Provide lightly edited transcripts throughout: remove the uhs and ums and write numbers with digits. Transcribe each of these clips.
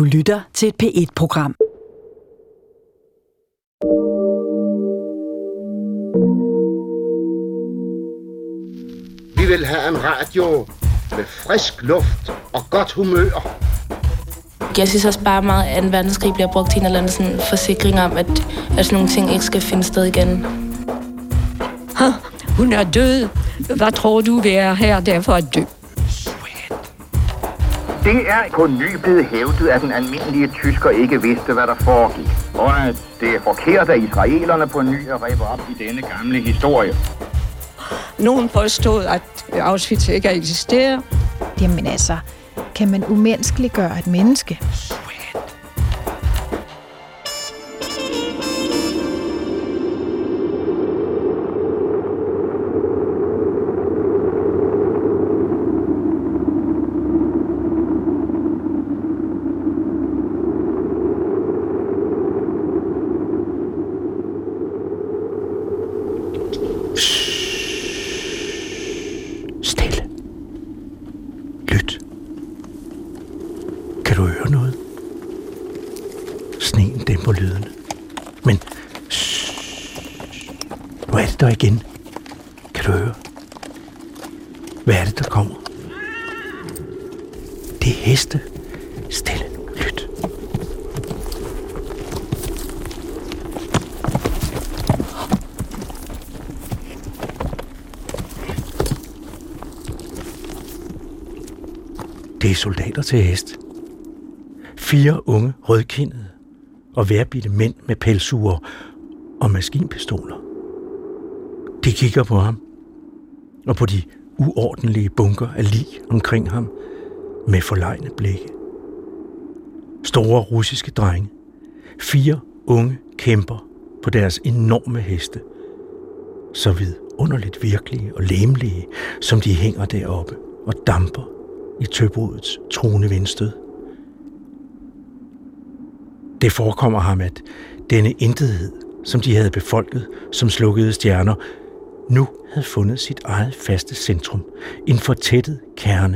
Du lytter til et P1-program. Vi vil have en radio med frisk luft og godt humør. Jeg synes også bare meget, at 2. verdenskrig bliver brugt til en eller anden sådan forsikring om, at sådan nogle ting ikke skal finde sted igen. Hun er død. Hvad tror du, vi er her derfor at dø? Det er på ny blevet hævdet, at den almindelige tysker ikke vidste, hvad der foregik. Og at det er forkert, at israelerne på ny er revet op i denne gamle historie. Nogen påstod, at Auschwitz ikke eksisterer. Jamen altså, kan man umenneskeliggøre et menneske? Stille. Lyt. Kan du høre noget? Sneen dæmper lydene. Men nu er det der igen. Kan du høre? Hvad er det, der kommer? Det er heste. Stille. Lyt. Det er soldater til hest. 4 unge rødkindede og vejrbitte mænd med pelsure og maskinpistoler. De kigger på ham og på de uordentlige bunker af lig omkring ham med forlegne blikke. Store russiske drenge. 4 unge kæmper på deres enorme heste. Så vidunderligt virkelige og lemlige, som de hænger deroppe og damper i tøbrudets truende vindstød. Det forekommer ham, at denne intethed, som de havde befolket som slukkede stjerner, nu havde fundet sit eget faste centrum, en fortættet kerne.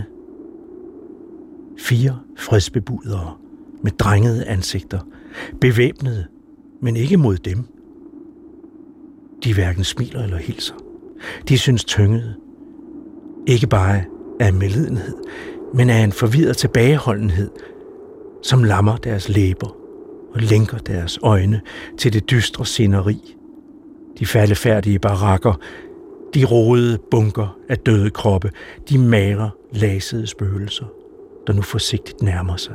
4 fredsbebudere med drengede ansigter, bevæbnede, men ikke mod dem. De hverken smiler eller hilser. De synes tyngede, ikke bare af medlidenhed, men af en forvirret tilbageholdenhed, som lammer deres læber og lænker deres øjne til det dystre sceneri. De faldefærdige barakker, de rodede bunker af døde kroppe, de magre, lasede spøgelser, der nu forsigtigt nærmer sig.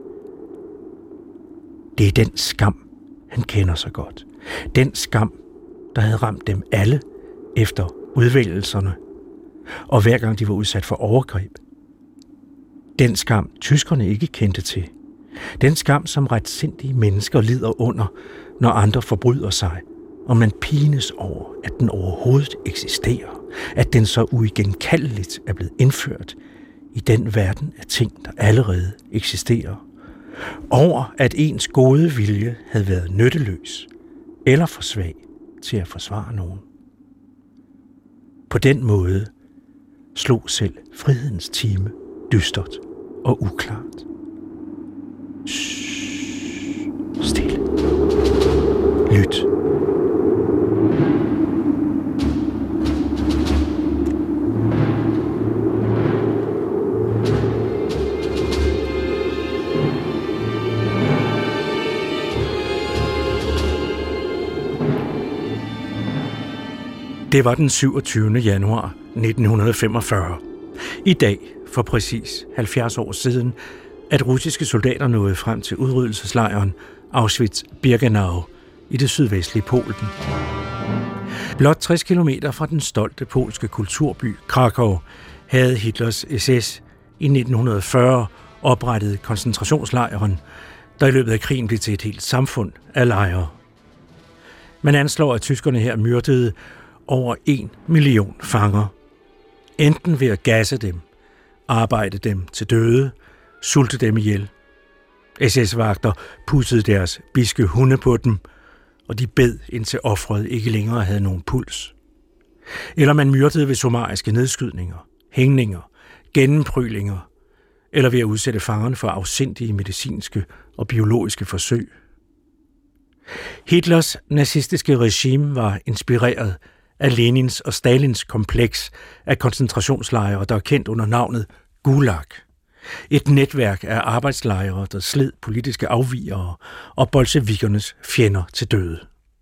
Det er den skam, han kender så godt. Den skam, der havde ramt dem alle efter udvælgelserne, og hver gang de var udsat for overgreb. Den skam, tyskerne ikke kendte til. Den skam, som retsindige mennesker lider under, når andre forbryder sig, og man pines over, at den overhovedet eksisterer, at den så uigenkaldeligt er blevet indført i den verden af ting, der allerede eksisterer. Over, at ens gode vilje havde været nytteløs eller for svag til at forsvare nogen. På den måde slog selv frihedens time dystert og uklart. Stille. Lyt. Det var den 27. januar 1945. I dag, for præcis 70 år siden, at russiske soldater nåede frem til udryddelseslejren Auschwitz-Birkenau i det sydvestlige Polen. Blot 60 kilometer fra den stolte polske kulturby Krakow havde Hitlers SS i 1940 oprettet koncentrationslejren, der i løbet af krigen blev til et helt samfund af lejre. Man anslår, at tyskerne her myrdede over 1 million fanger. Enten ved at gasse dem, arbejde dem til døde, sulte dem ihjel. SS-vagter pudsede deres bidske hunde på dem, og de bed indtil offeret ikke længere havde nogen puls. Eller man myrdede ved summariske nedskydninger, hængninger, gennemprylinger, eller ved at udsætte fangerne for afsindige medicinske og biologiske forsøg. Hitlers nazistiske regime var inspireret af Lenins og Stalins kompleks af koncentrationslejre, der er kendt under navnet Gulag. Et netværk af arbejdslejre, der sled politiske afvigere og bolsjevikernes fjender til døde.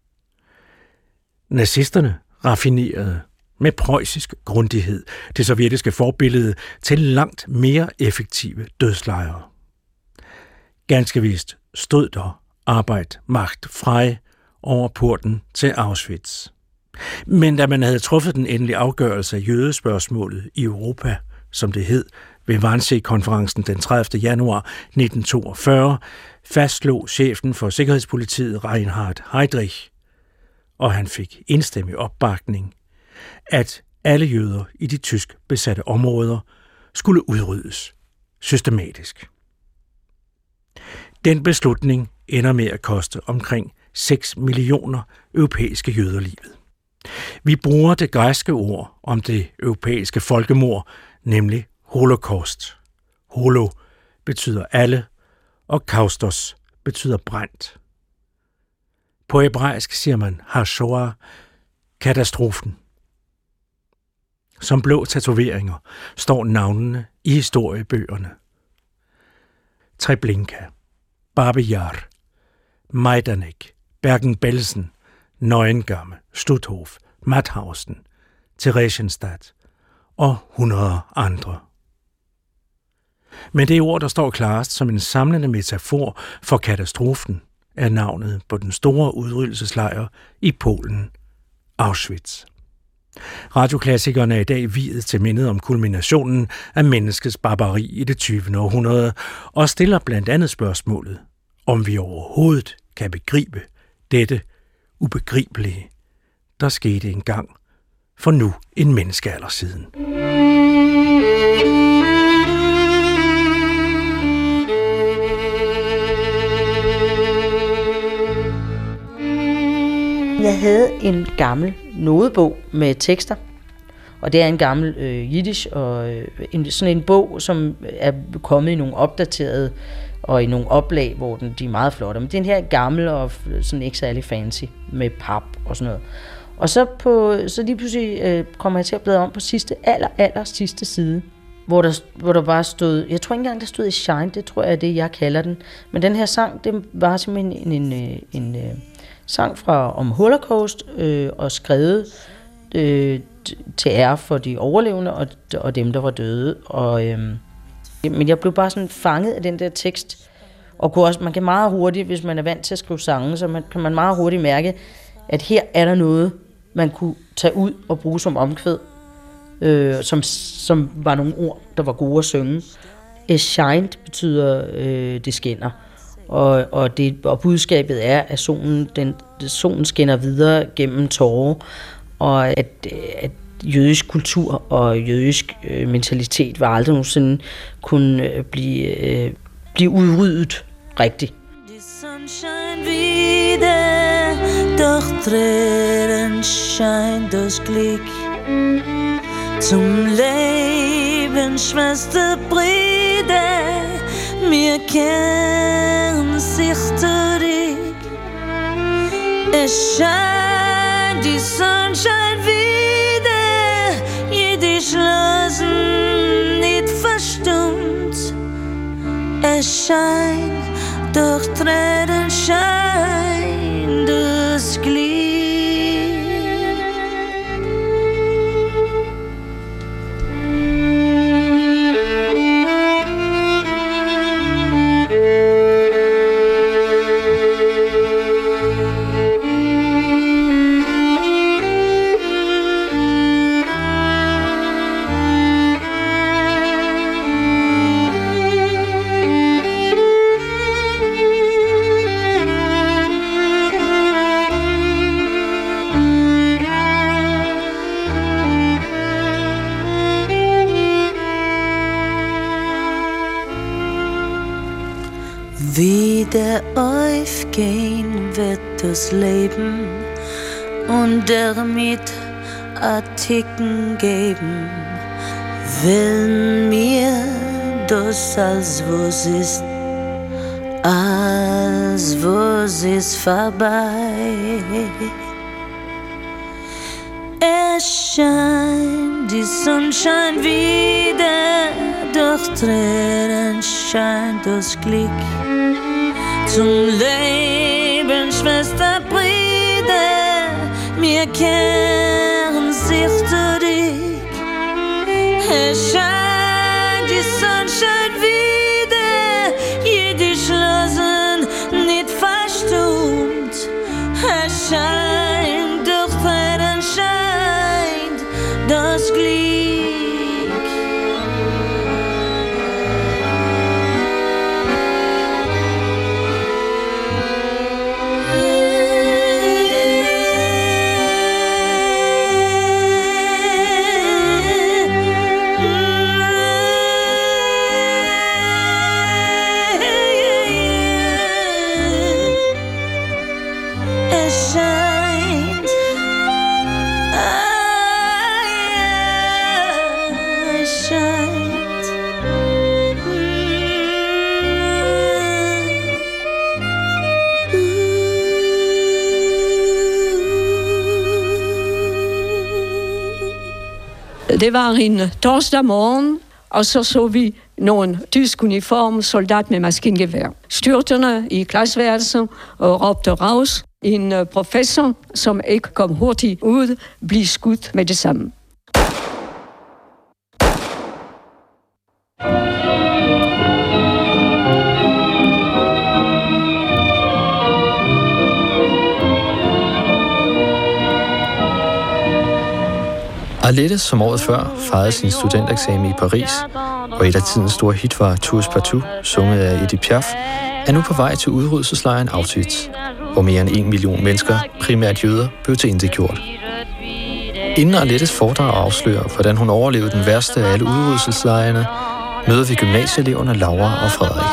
Nazisterne raffinerede med preussisk grundighed det sovjetiske forbillede til langt mere effektive dødslejre. Ganske vist stod der Arbeit macht frei over porten til Auschwitz. Men da man havde truffet den endelige afgørelse af jødespørgsmålet i Europa, som det hed, ved Wannsee-konferencen den 30. januar 1942, fastslog chefen for Sikkerhedspolitiet Reinhard Heydrich, og han fik enstemmig opbakning, at alle jøder i de tysk besatte områder skulle udryddes systematisk. Den beslutning ender med at koste omkring 6 millioner europæiske jøder livet. Vi bruger det græske ord om det europæiske folkemord, nemlig holocaust. Holo betyder alle, og kaustos betyder brændt. På hebraisk siger man hashoah, katastrofen. Som blå tatoveringer står navnene i historiebøgerne. Treblinka, Babi Yar, Majdanek, Bergen-Belsen, Neuengamme, Stutthof, Mauthausen, Theresienstadt og 100 andre. Men det ord, der står klarest som en samlende metafor for katastrofen, er navnet på den store udryddelseslejr i Polen, Auschwitz. Radioklassikerne er i dag viet til mindet om kulminationen af menneskets barbari i det 20. århundrede og stiller blandt andet spørgsmålet, om vi overhovedet kan begribe dette ubegribelige, der skete engang for nu en menneskealder siden. Jeg havde en gammel notebog med tekster, og det er en gammel jiddisch, og sådan en bog, som er kommet i nogle opdaterede og i nogle oplag, hvor de er meget flotte. Men den her er gammel og sådan ikke særlig fancy med pap og sådan noget. Og så lige pludselig kommer jeg til at bladre om på aller sidste side, hvor der bare stod, jeg tror ikke engang der stod i Shine, det tror jeg er det, jeg kalder den. Men den her sang, det var simpelthen en sang om Holocaust og skrevet til ære for de overlevende og dem, der var døde. Men jeg blev bare sådan fanget af den der tekst, og man kan meget hurtigt, hvis man er vant til at skrive sange, så kan man meget hurtigt mærke, at her er der noget, man kunne tage ud og bruge som omkvæd, som var nogle ord, der var gode at synge. Shined betyder det skinner. Og budskabet er, at solen skinner videre gennem tårer, og at jødisk kultur og jødisk mentalitet var aldrig nogensinde kunne blive udryddet rigtigt. Doch Tränen scheint das Glück zum Leben, Schwester, Brüder, mir kennen sich zurück. Es scheint die Sonnenschein wieder, jede Schlossen nicht verstummt. Es scheint, doch Tränen scheint das Glück. Wieder aufgehen wird das Leben und damit ein Ticken geben. Will mir das als was ist vorbei. Es scheint die Sonnenschein wieder, doch Tränen scheint das Glück. Zum Leben, Schwester, Brüder, wir kehren sich zurück. Es scheint die Sonnenschein wieder, jede Schlossen nicht verstummt. Es scheint, doch Tränen scheint das Glück. Det var en torsdag morgen, og så vi nogle tysk uniform soldat med maskingevær. Styrterne i klasseværelset og råbte raus. En professor, som ikke kom hurtigt ud, blev skudt med det samme. Arlette, som året før fejrede sin studentereksamen i Paris, og et af tidens store hit var Tous Partout, sunget af Edith Piaf, er nu på vej til udryddelseslejren Auschwitz, hvor mere end 1 million mennesker, primært jøder, blev tilintetgjort. Inden Arlettes foredrag afslører, hvordan hun overlevede den værste af alle udryddelseslejrene, møder vi gymnasieeleverne Laura og Frederik.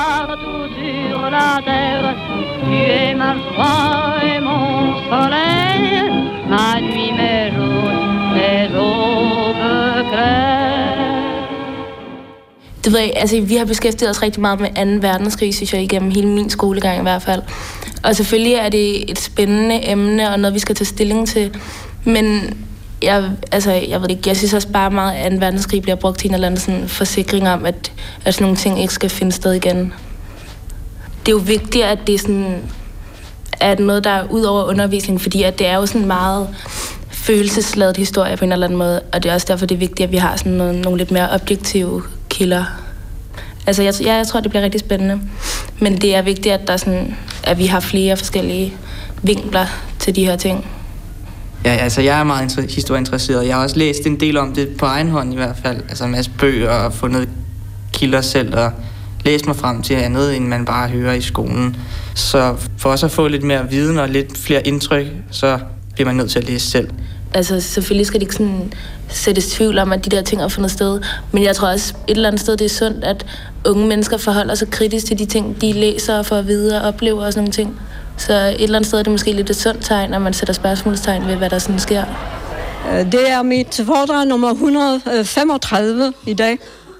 Det ved jeg, altså vi har beskæftiget os rigtig meget med 2. verdenskrig, synes jeg, igennem hele min skolegang i hvert fald. Og selvfølgelig er det et spændende emne, og noget, vi skal tage stilling til. Men jeg ved ikke, jeg synes også bare meget, at 2. verdenskrig bliver brugt til en eller anden sådan forsikring om, at sådan nogle ting ikke skal finde sted igen. Det er jo vigtigt, at det sådan er noget, der er ud over undervisning, fordi at det er jo sådan meget følelsesladet historie på en eller anden måde, og det er også derfor, det er vigtigt, at vi har sådan nogle lidt mere objektive kilder. Altså, jeg tror, det bliver rigtig spændende, men det er vigtigt, at der sådan, at vi har flere forskellige vinkler til de her ting. Ja, altså, jeg er meget historieinteresseret. Jeg har også læst en del om det på egen hånd i hvert fald. Altså en masse bøger og fundet kilder selv og læst mig frem til andet, end man bare hører i skolen. Så for også at få lidt mere viden og lidt flere indtryk, så bliver man nødt til at læse selv. Altså selvfølgelig skal det ikke sådan sættes tvivl om, at de der ting har fundet sted. Men jeg tror også et eller andet sted, det er sundt, at unge mennesker forholder sig kritisk til de ting, de læser og får at vide og oplever og sådan nogle ting. Så et eller andet sted er det måske lidt et sundt tegn, at man sætter spørgsmålstegn ved, hvad der sådan sker. Det er mit foredrag nummer 135 i dag.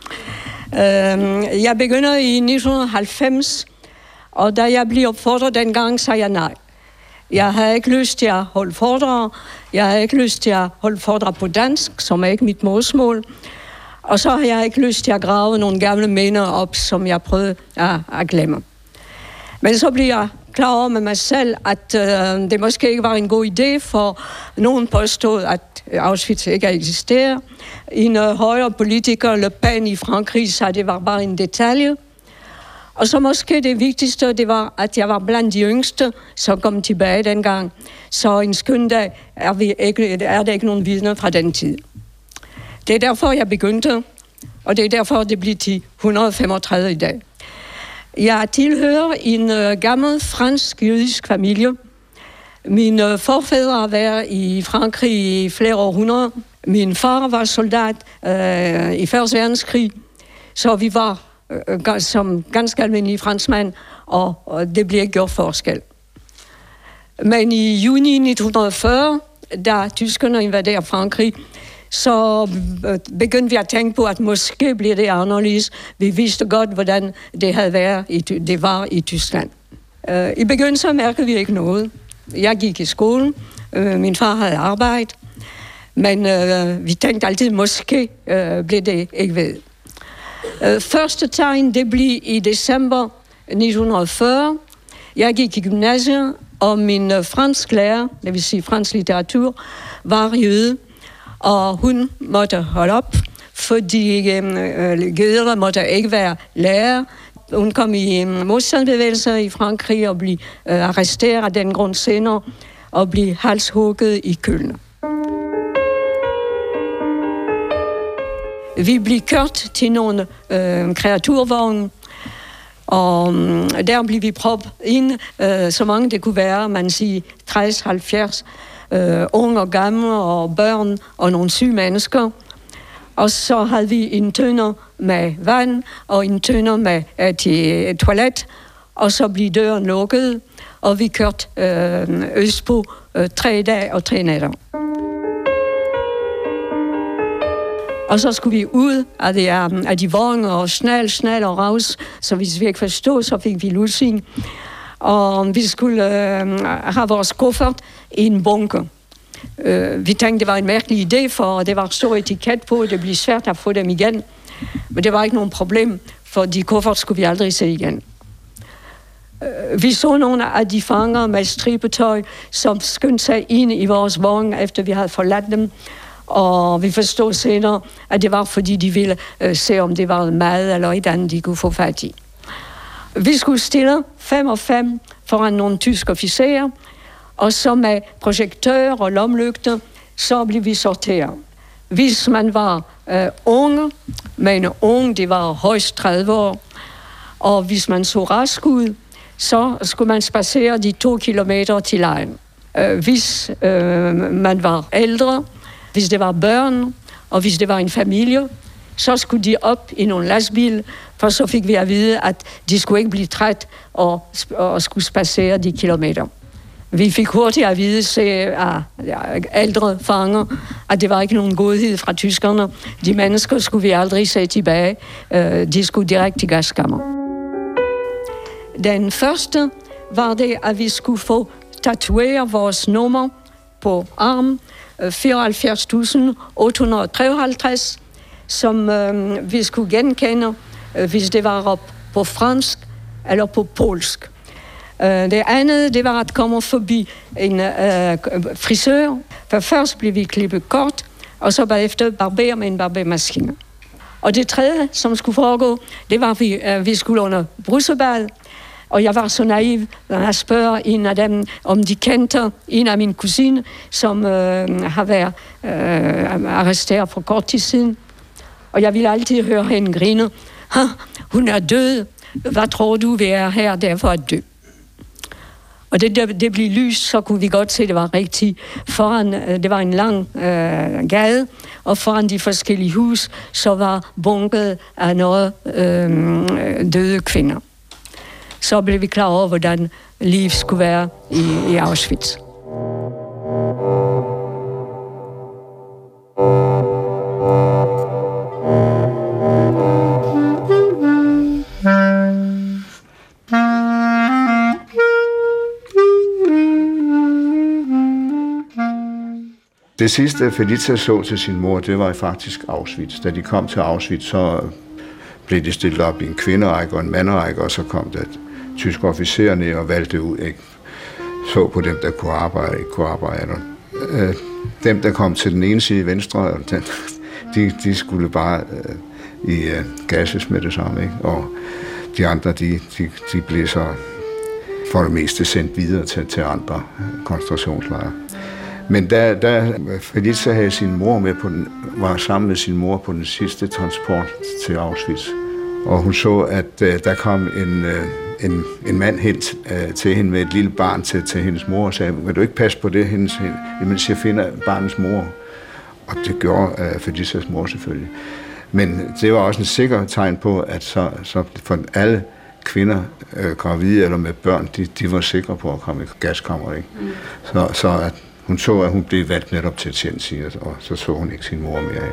Jeg begynder i 1990, og da jeg blev opfordret dengang, sagde jeg nej. Jeg havde ikke lyst til at holde foredrag. Jeg havde ikke lyst til at holde foredrag på dansk, som er ikke mit modersmål. Og så har jeg ikke lyst til at grave nogle gamle minder op, som jeg prøvede at glemme. Men så bliver jeg klar over med mig selv, at det måske ikke var en god idé, for nogen påstod, at Auschwitz ikke eksisterer. En højre politiker, Le Pen i Frankrig, sagde, at det var bare en detalje. Og så måske det vigtigste, det var, at jeg var blandt de yngste, som kom tilbage dengang. Så en skøn dag er der ikke nogen vidner fra den tid. Det er derfor, jeg begyndte, og det er derfor, det bliver til 135 i dag. Jeg tilhører en gammel fransk-jødisk familie. Mine forfædre har været i Frankrig i flere århundreder. Min far var soldat i 1. verdenskrig, så vi var som ganske almindelige franskmænd, og det blev ikke gjort forskel. Men i juni 1940, da tyskerne invaderede Frankrig, så begyndte vi at tænke på, at måske bliver det anderledes. Vi vidste godt, hvordan det var i Tyskland. I begyndelsen mærkede vi ikke noget. Jeg gik i skolen, min far havde arbejde, men vi tænkte altid, måske blev det ikke ved. Første tegn, det blev i december 1940. Jeg gik i gymnasiet, og min fransklærer, det vil sige fransk litteratur, var jøde, og hun måtte holde op, fordi jøder måtte ikke være lærer. Hun kom i modstandsbevægelser i Frankrig og blev arresteret af den grund senere og blev halshugget i Køln. Vi blev kørt til nogle kreaturvogne, og der blev vi proppet ind, så mange det kunne være, man siger 60-70 unge og gamle og børn og nogle syge mennesker. Og så havde vi en tønder med vand og en tønder med til toilet, og så blev døren lukket, og vi kørte østpå 3 dage og 3 nætter. Og så skulle vi ud af de vogne og snal og raus, så hvis vi ikke forstod, så fik vi lussing. Og vi skulle have vores kuffert i en bunker. Vi tænkte, det var en mærkelig idé, for det var stor etiket på, det blev svært at få dem igen. Men det var ikke nogen problem, for de kuffert skulle vi aldrig se igen. Vi så nogle af de fanger med stribetøj, som skyndte sig ind i vores vogn, efter vi havde forladt dem. Og vi forstod senere, at det var, fordi de ville se, om det var mad eller et andet, de kunne få fat i. Vi skulle stille 5 og 5 foran nogle tyske officerer, og så med projektører og lomlygter, så blev vi sorteret. Hvis man var unge, men unge, det var højst 30 år, og hvis man så rask ud, så skulle man spacere de 2 kilometer til lejren. Hvis man var ældre, hvis det var børn, og hvis det var en familie, så skulle de op i nogle lastbil, for så fik vi at vide, at de skulle ikke blive træt og skulle spacere de kilometer. Vi fik hurtigt at vide af ældre fanger, at det var ikke nogen godhed fra tyskerne. De mennesker skulle vi aldrig se tilbage. De skulle direkte til gaskammer. Den første var det, at vi skulle få tatueret vores nummer på armen, 74.853, som vi skulle genkende, hvis det var på fransk eller på polsk. Det andet, det var at komme forbi en frisør. For først blev vi klippet kort, og så bagefter barbere med en barbermaskine. Og det tredje, som skulle foregå, det var, at vi skulle under brussebal. Og jeg var så naiv, når jeg spørger en af dem, om de kendte en af mine kusine, som har været arresteret for kort tid siden. Og jeg ville altid høre hende grine. Hun er død. Hvad tror du, vi er her derfor at dø? Og det blev lys, så kunne vi godt se, at det var rigtigt. Det var en lang gade, og foran de forskellige hus, så var bunket af noget døde kvinder. Så blev vi klar over, hvordan liv skulle være i Auschwitz. Det sidste, Felicia så til sin mor, det var faktisk Auschwitz. Da de kom til Auschwitz, så blev de stillet op i en kvinderække og en manderække, og så kom der tyske officerer ned og valgte ud, ikke? Så på dem, der kunne arbejde, ikke kunne arbejde. Dem, der kom til den ene side venstre, de skulle bare i gasses med det samme, ikke? Og de andre, de blev så for det meste sendt videre til andre koncentrationslejre. Men da Felicia havde sin mor med var sammen med sin mor på den sidste transport til Auschwitz, og hun så, at der kom en mand hen til hende med et lille barn til hendes mor og sagde, vil du ikke passe på det, mens jeg finder barnets mor? Og det gjorde Felicias mor selvfølgelig. Men det var også en sikker tegn på, at så for alle kvinder, gravide eller med børn, de var sikre på at komme i gaskammer, ikke? Så at hun så, at hun blev valgt netop til tjeneste, og så hun ikke sin mor mere af.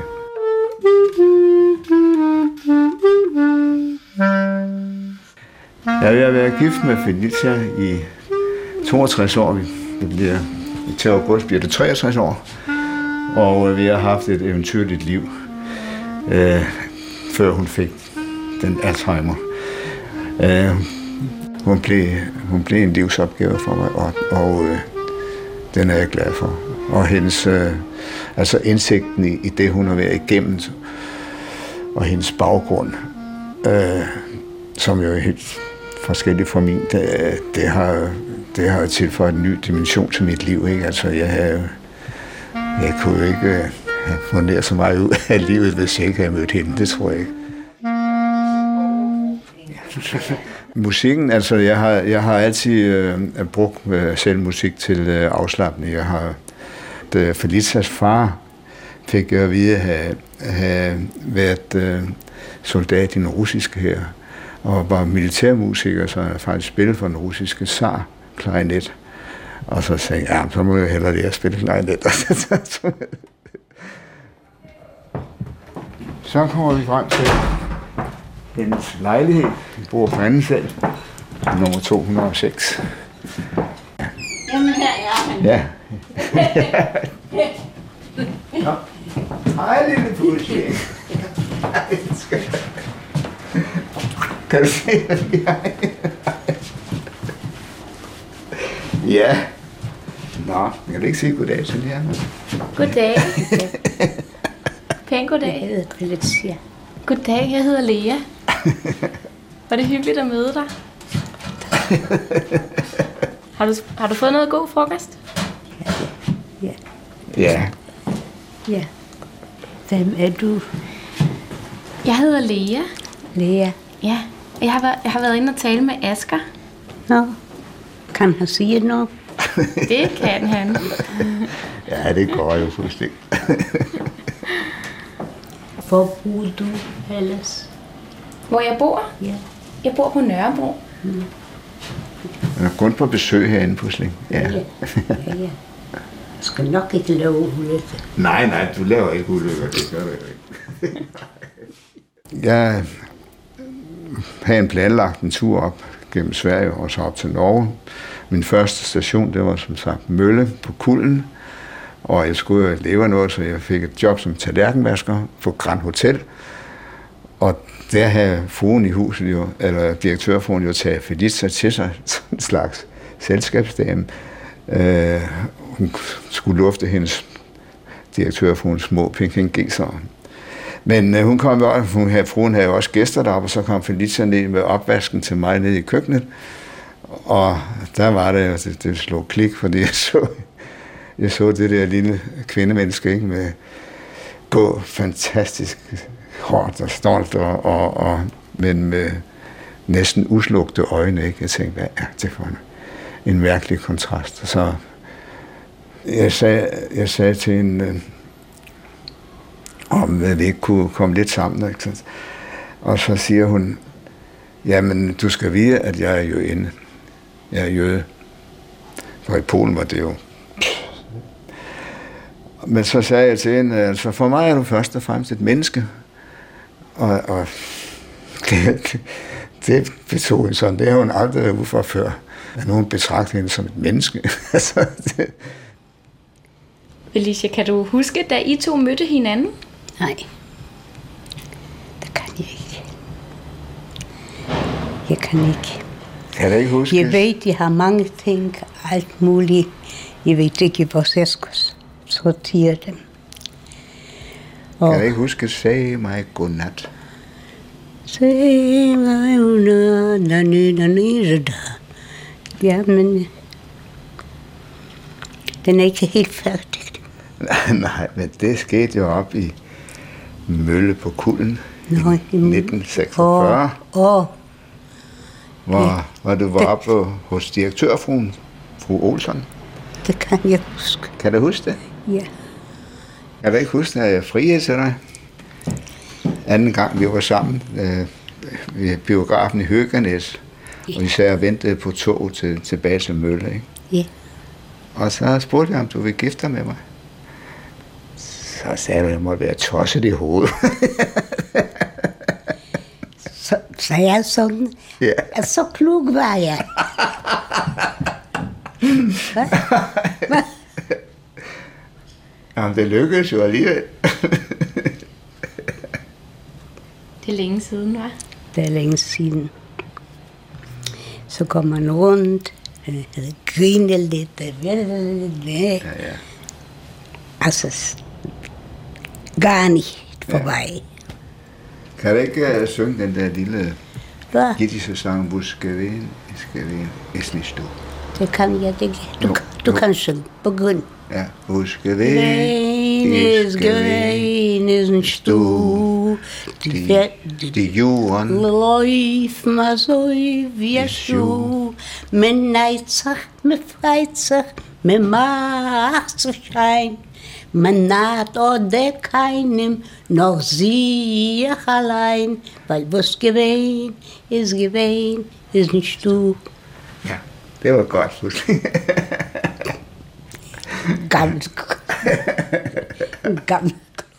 Jeg har været gift med Felicia i 62 år. Til august bliver det 63 år. Og vi har haft et eventyrligt liv, før hun fik den Alzheimer. Hun blev en livsopgave for mig, og den er jeg glad for. Og hendes, altså indsigten i det, hun har været igennem, og hendes baggrund, som jo er helt forskellig fra min, det har tilføjet en ny dimension til mit liv. Ikke? Altså, jeg kunne jo ikke få nær så meget ud af livet, hvis jeg ikke havde mødt hende. Det tror jeg ikke. Musikken, altså jeg har altid brugt selv musik til afslapning. Da Felicias far fik jeg at vide at have været soldat i den russiske hær og var militærmusiker, så jeg faktisk spillet for den russiske zar klarinet. Og så sagde jeg, så må jeg hellere lære at spille klarinet. Så kommer vi frem til hendes lejlighed. Vi bor på anden sal, nummer 206. Jamen her er han. Ja. Nå. Hej, lille pusje. Kan du se, hvad vi har? Ja. Nå, kan du ikke sige goddag til jer? Goddag. Pæn goddag. Jeg hedder Felicia. Goddag, jeg hedder Lea. Var det hyggeligt at møde dig? Har du fået noget god frokost? Ja. Ja. Ja. Hvem er du? Jeg hedder Lea. Lea. Ja, jeg har været inde og tale med Asger. Nå, kan han sige noget? Det kan han. Ja, det går jo fuldstændig. Hvor bor du ellers? Hvor jeg bor? Ja. Jeg bor på Nørrebro. Mm. Jeg er kun på besøg herinde på Sling. Ja. Ja. Jeg skal nok ikke lave ulykker. Nej, du laver ikke ulykker. Det gør du ikke. Jeg havde en planlagt en tur op gennem Sverige og så op til Norge. Min første station, det var som sagt Mølle på Kulden. Og jeg skulle jo leve noget, så jeg fik et job som tallerkenvasker på Grand Hotel. Og der havde fruen i huset jo, eller direktørfruen jo taget Felicia til sig, sådan en slags selskabsdame. Hun skulle lufte hendes direktørfruens små pingvingeser. Men hun kom jo, fruen havde jo også gæster deroppe, og så kom Felicia ned med opvasken til mig nede i køkkenet. Og der var det jo, det slog klik, fordi jeg så det der lille kvindemenneske, ikke, med gå fantastisk hårdt og stolt, men med næsten uslugte øjne. Ikke? Jeg tænkte, hvad er det for en mærkelig kontrast. Så jeg sagde til hende, om vi ikke kunne komme lidt sammen. Ikke? Og så siger hun, jamen du skal vide, at jeg er jødinde. Jeg er jøde. For i Polen var det jo. Men så sagde jeg til hende, altså for mig er du først og fremmest et menneske. Og det betog hende sådan, det har hun aldrig været ude for før. At nogen betragter hende som et menneske. Felicia, kan du huske, da I to mødte hinanden? Nej, det kan jeg ikke. Jeg kan ikke. Kan jeg ikke huske? Jeg ved, de har mange ting, alt muligt. Jeg ved ikke, hvor jeg skal sortere dem. Kan jeg ikke huske, sagde mig godnat? Sagde mig godnat. Ja, men den er ikke helt færdig. Nej, men det skete jo op i Mølle på Kulden i 1946. Hvor du var oppe hos direktørfruen, fru Olsen. Det kan jeg huske. Kan du huske det? Ja. Kan du ikke huske, at jeg friede til dig? Anden gang vi var sammen ved biografen i Høganæs, og vi sad og ventede på tog tilbage til Mølle, ikke? Ja. Og så spurgte jeg, om du vil gifte dig med mig. Så sagde du, at jeg måtte være tosset i hovedet. Så jeg sådan, ja. Så klug var jeg. Hvad? Jamen, det lykkedes jo alligevel. Det er længe siden, hva'? Det er længe siden. Så går man rundt, griner lidt, ja. Altså, garnig på vej. Kan du ikke synge den der lille jiddische sang, Buskeveen, Iskeveen, is nicht du? Det kan jeg ikke. Du kan synge. Begynd. Ja, Buskeveen, Iskeveen, is nicht du. Die Juren läuft mal so wie Schuh, mit Neizach, mit Freizach, mit Machtschein. Man naht oder keinem, noch sie allein, weil was gewesen, ist nicht du. Ja, det var godt. Gammel.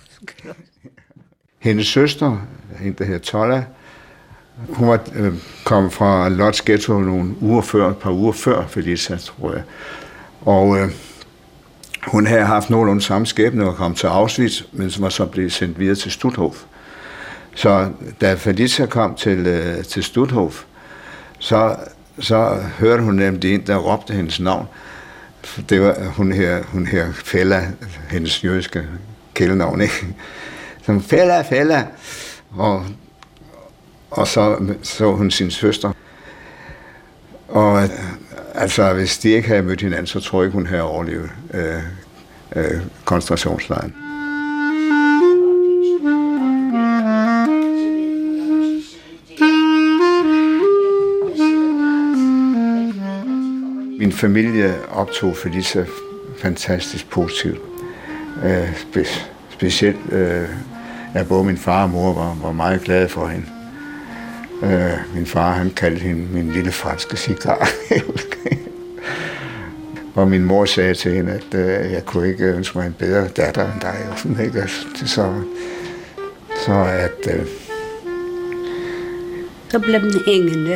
Hendes søster, hende der hedder Tolla, hun var kommet fra Lods Ghetto et par uger før Felicia, tror jeg. Og hun havde haft nogenlunde samme skæbne og kom til Auschwitz, men som var så blevet sendt videre til Stutthof. Så da Felicia kom til Stutthof, så hørte hun nemlig en, der råbte hendes navn. Det var hun her Fella, hendes jødiske kælenavn, ikke? Som Fella. Og så hun sin søster. Og altså, hvis de ikke havde mødt hinanden, så tror jeg ikke, hun havde overlevet koncentrationslejren. Min familie optog Felicia fantastisk positivt. Specielt både min far og mor var meget glade for hende. Min far, han kaldte hende min lille franske cigar. Og min mor sagde til hende, at jeg kunne ikke ønske mig en bedre datter end dig. Og sådan, ikke? Så blev den hængende.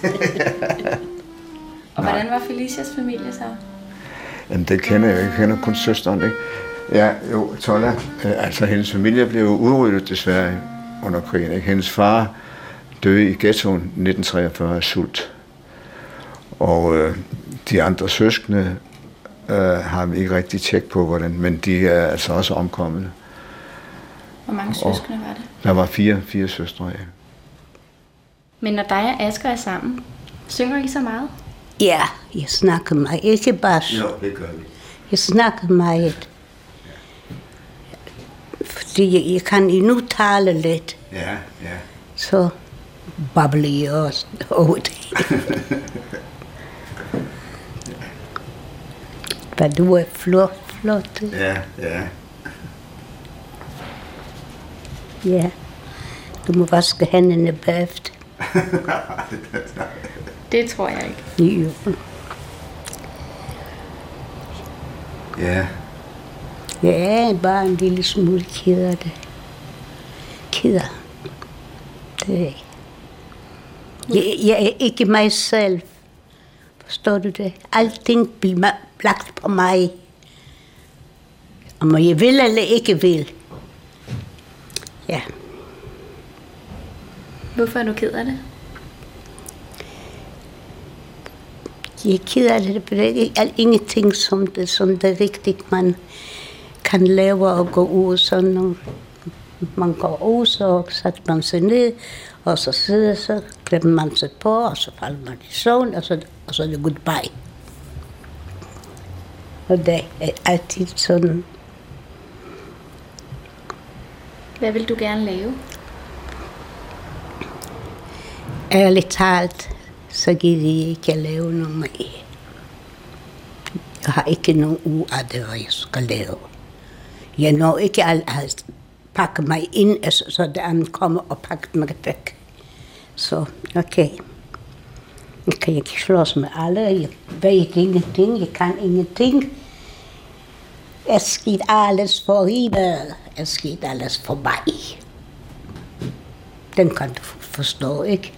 Og hvordan var Felicias familie så? Jamen, det kender jeg ikke. Jeg kender kun søsteren, ikke? Ja, jo, Tolla. Altså, hendes familie blev udryddet desværre under krigen, ikke? Hendes far døde i ghettoen 1943 af sult. Og de andre søskende har vi ikke rigtig tjek på, hvordan, men de er altså også omkommet. Hvor mange søskende var det? Der var fire søstre, ja. Men når dig og Asger er sammen, synger I så meget? Ja, jeg snakker mig ikke bare. Jo, det gør vi. Jeg snakker meget. Fordi jeg kan endnu tale lidt. Ja. Så babler jeg også over det. Hvad du er flot. Ja. Ja, du må vaske hænderne bagefter. Det tror jeg ikke. Jo. Ja. Ja, bare en lille smule keder. Det er jeg er ikke mig selv. Forstår du det? Alting bliver lagt på mig. Om jeg vil eller ikke vil. Ja. Hvorfor er du ked af det? Jeg er ked af det, for det er ingenting som det rigtigt, man kan lave og gå ud sådan. Man går ud, så sætter man sig ned, og så sidder så klemmer man sig på, og så falder man i søvn, og så er det goodbye. Og det er altid sådan. Hvad vil du gerne lave? Ærligt talt, så gider jeg ikke lave noget mere. Jeg har ikke nogen uge af det, hvad jeg skal lave. Jeg når ikke alt pakke mig ind, så det andet kommer og pakker mig væk. Så, okay. Jeg kan ikke slås med alle. Jeg ved ingenting. Jeg kan ingenting. Jeg sket alles for livet. Jeg sket alles for mig. Den kan du forstå, ikke?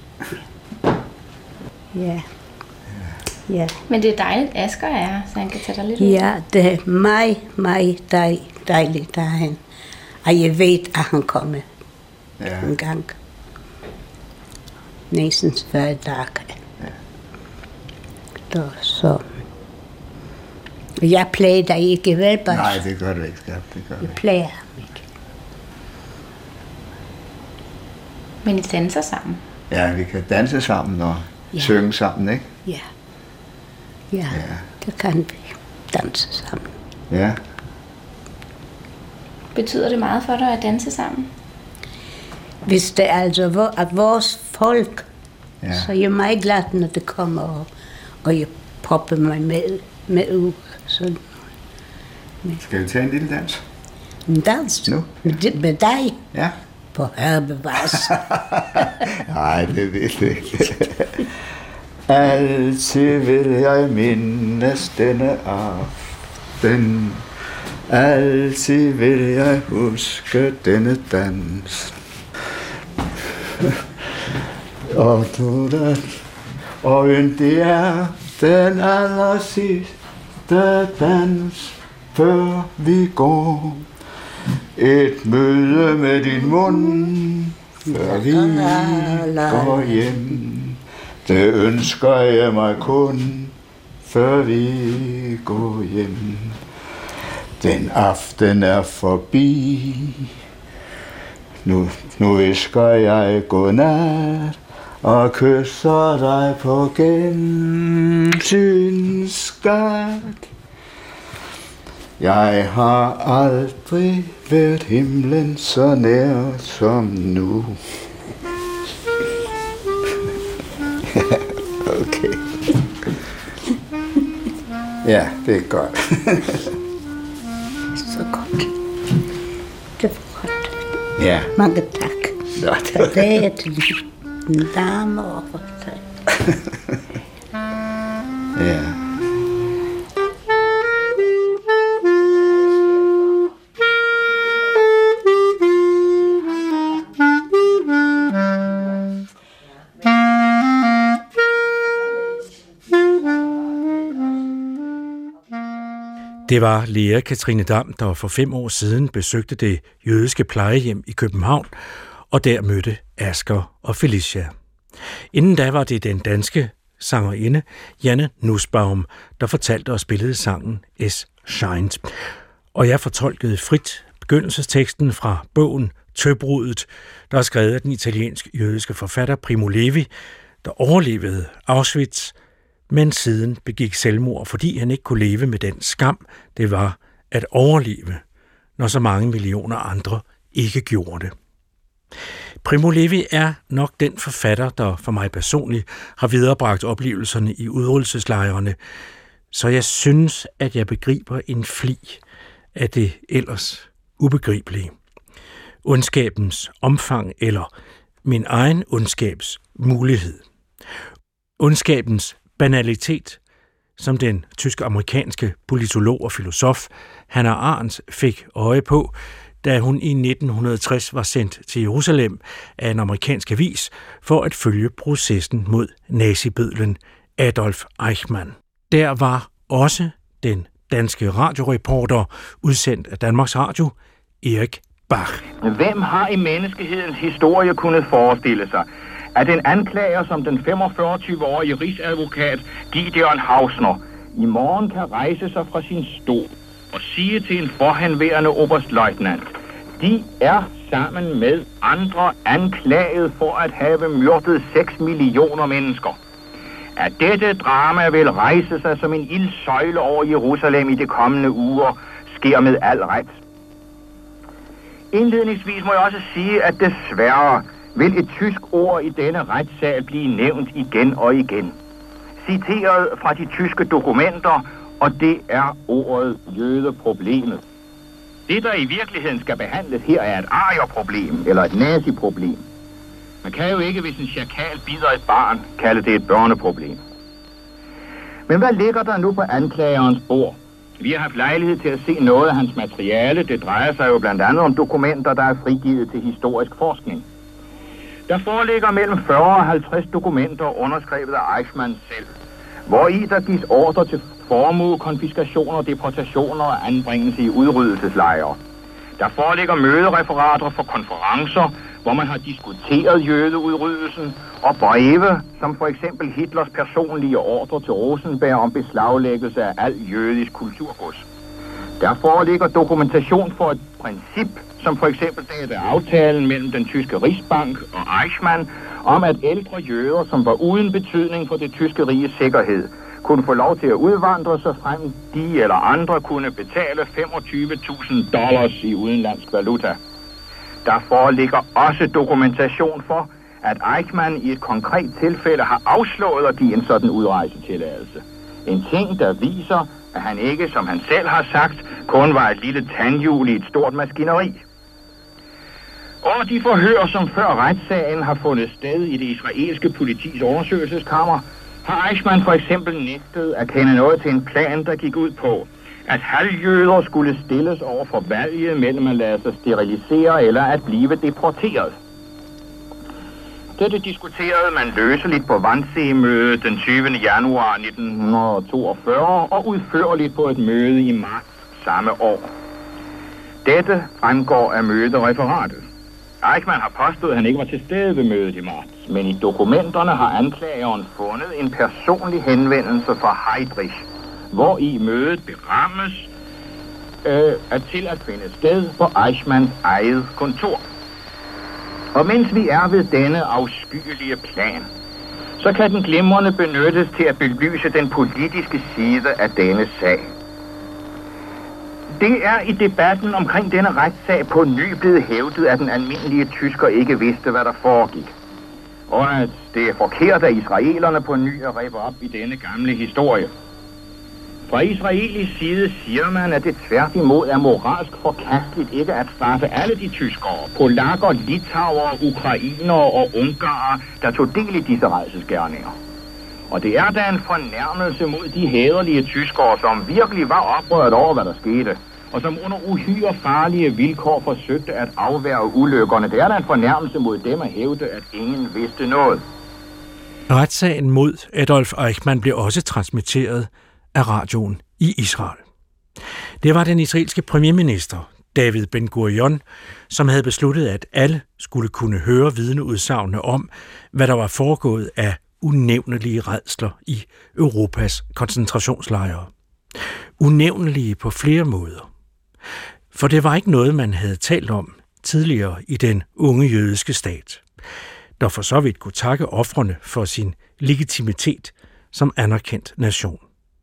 Ja. Ja. Men det er dejligt, Asger er her, så han kan tage dig lidt ud. Ja, det er meget dejligt, at han. Og jeg ved, at han kommer en gang. Næsten 40 dage. Ja. Så. Jeg plejer dig ikke vel, bare. Nej, det gør du ikke, skat. Det gør jeg plejer ham ikke. Men I danser sammen? Ja, vi kan danse sammen og synge sammen, ikke? Ja, det kan vi danse sammen. Ja. Betyder det meget for dig at danse sammen? Hvis det er altså at vores folk, så er jeg meget glad, når det kommer, og jeg popper mig med ud. Sådan. Skal vi tage en lille dans? En dans? Nu? Med dig? Ja. På herbevares. Nej, det ved jeg ikke. Altid vil jeg mindes denne aften. Altid vil jeg huske denne dans. Og du der, og det er den aller sidste dans, før vi går. Et møde med din mund, før vi går hjem. Det ønsker jeg mig kun, før vi går hjem. Den aften er forbi. Nu visker jeg godnat og kysser dig på gensyn, skat. Jeg har aldrig været himlen så nær som nu. Okay. Ja, det er godt. Så godt. Det var godt. Ja. Mange tak. Det er til en dame over sig. Ja. Det var Lea Katrine Dam, der for 5 år siden besøgte det jødiske plejehjem i København, og der mødte Asger og Felicia. Inden da var det den danske sangerinde Janne Nussbaum, der fortalte og spillede sangen Es scheint. Og jeg fortolkede frit begyndelsesteksten fra bogen Tøbruddet, der er skrevet af den italiensk-jødiske forfatter Primo Levi, der overlevede Auschwitz, men siden begik selvmord, fordi han ikke kunne leve med den skam, det var at overleve, når så mange millioner andre ikke gjorde det. Primo Levi er nok den forfatter, der for mig personligt har viderebragt oplevelserne i udryddelseslejrene, så jeg synes, at jeg begriber en fli af det ellers ubegribelige. Ondskabens omfang eller min egen ondskabs mulighed. Ondskabens banalitet, som den tysk-amerikanske politolog og filosof Hannah Arendt fik øje på, da hun i 1960 var sendt til Jerusalem af en amerikansk avis for at følge processen mod nazibødlen Adolf Eichmann. Der var også den danske radioreporter, udsendt af Danmarks Radio, Erik Bach. Hvem har i menneskehedens historie kunnet forestille sig, at en anklager som den 45-årige rigsadvokat Gideon Hausner i morgen kan rejse sig fra sin stol og sige til en forhenværende oberstløjtnant, de er sammen med andre anklaget for at have myrdet 6 millioner mennesker. At dette drama vil rejse sig som en ildsøjle over Jerusalem i de kommende uger, sker med al ret. Indledningsvis må jeg også sige, at desværre vil et tysk ord i denne retssal blive nævnt igen og igen. Citeret fra de tyske dokumenter, og det er ordet jødeproblemet. Det, der i virkeligheden skal behandles her, er et arierproblem eller et naziproblem. Man kan jo ikke, hvis en chakal bider et barn, kalde det et børneproblem. Men hvad ligger der nu på anklagerens bord? Vi har haft lejlighed til at se noget af hans materiale. Det drejer sig jo blandt andet om dokumenter, der er frigivet til historisk forskning. Der foreligger mellem 40 og 50 dokumenter underskrevet af Eichmann selv, hvori der gives ordre til formue, konfiskationer, deportationer og anbringelse i udryddelseslejre. Der foreligger mødereferater for konferencer, hvor man har diskuteret jødeudryddelsen, og breve, som for eksempel Hitlers personlige ordre til Rosenberg om beslaglæggelse af al jødisk kulturgods. Der foreligger dokumentation for et princip, som for eksempel dette aftalen mellem den tyske Rigsbank og Eichmann, om at ældre jøder, som var uden betydning for det tyske riges sikkerhed, kunne få lov til at udvandre, så frem de eller andre kunne betale $25,000 i udenlandsk valuta. Der foreligger også dokumentation for, at Eichmann i et konkret tilfælde har afslået at give en sådan udrejsetilladelse. En ting, der viser, at han ikke, som han selv har sagt, kun var et lille tandhjul i et stort maskineri. Under de forhør, som før retssagen har fundet sted i det israelske politis undersøgelseskammer, har Eichmann for eksempel nægtet at kende noget til en plan, der gik ud på, at halvjøder skulle stilles over for valget mellem at lade sig sterilisere eller at blive deporteret. Dette diskuterede man løseligt på Wannsee-mødet den 20. januar 1942 og udførligt på et møde i marts samme år. Dette fremgår af mødereferatet. Eichmann har påstået, at han ikke var til stede ved mødet i marts, men i dokumenterne har anklageren fundet en personlig henvendelse fra Heydrich, hvor i mødet berammes til at finde sted på Eichmanns eget kontor. Og mens vi er ved denne afskyelige plan, så kan den glimrende benyttes til at belyse den politiske side af denne sag. Det er i debatten omkring denne retssag på ny blevet hævdet, at den almindelige tysker ikke vidste, hvad der foregik. Og at det er forkert, at israelerne på ny er revet op i denne gamle historie. Fra israelisk side siger man, at det tværtimod er moralsk forkasteligt ikke at straffe alle de tyskere, polakker, litauere, ukrainere og ungarer, der tog del i disse rejsesgerninger. Og det er da en fornærmelse mod de hæderlige tyskere, som virkelig var oprørt over, hvad der skete, og som under uhyre farlige vilkår forsøgte at afværge ulykkerne. Det er da en fornærmelse mod dem at hævde, at ingen vidste noget. Retssagen mod Adolf Eichmann blev også transmitteret af radioen i Israel. Det var den israelske premierminister, David Ben-Gurion, som havde besluttet, at alle skulle kunne høre vidneudsagnene om, hvad der var foregået af unævnelige rædsler i Europas koncentrationslejre. Unævnelige på flere måder. For det var ikke noget, man havde talt om tidligere i den unge jødiske stat, der for så vidt kunne takke ofrene for sin legitimitet som anerkendt nation.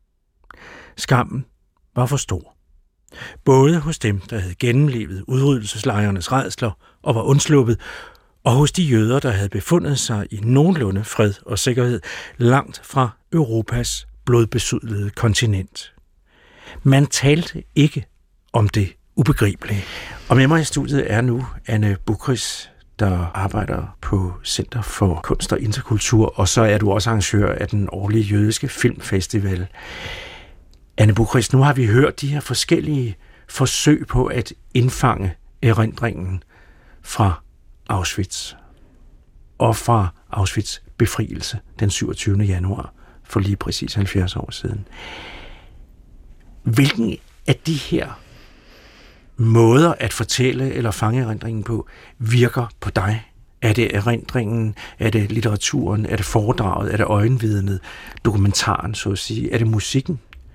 Skammen var for stor. Både hos dem, der havde gennemlevet udryddelseslejrenes rædsler og var undsluppet, og hos de jøder, der havde befundet sig i nogenlunde fred og sikkerhed langt fra Europas blodbesudlede kontinent. Man talte ikke om det ubegribelige. Og med mig i studiet er nu Anne Buchrist, der arbejder på Center for Kunst og Interkultur, og så er du også arrangør af den årlige jødiske filmfestival. Anne Buchrist, nu har vi hørt de her forskellige forsøg på at indfange erindringen fra Auschwitz og fra Auschwitz' befrielse den 27. januar for lige præcis 70 år siden. Hvilken af de her måder at fortælle eller fange erindringen på virker på dig? Er det erindringen? Er det litteraturen? Er det foredraget? Er det øjenvidnet? Dokumentaren, så at sige? Er det musikken?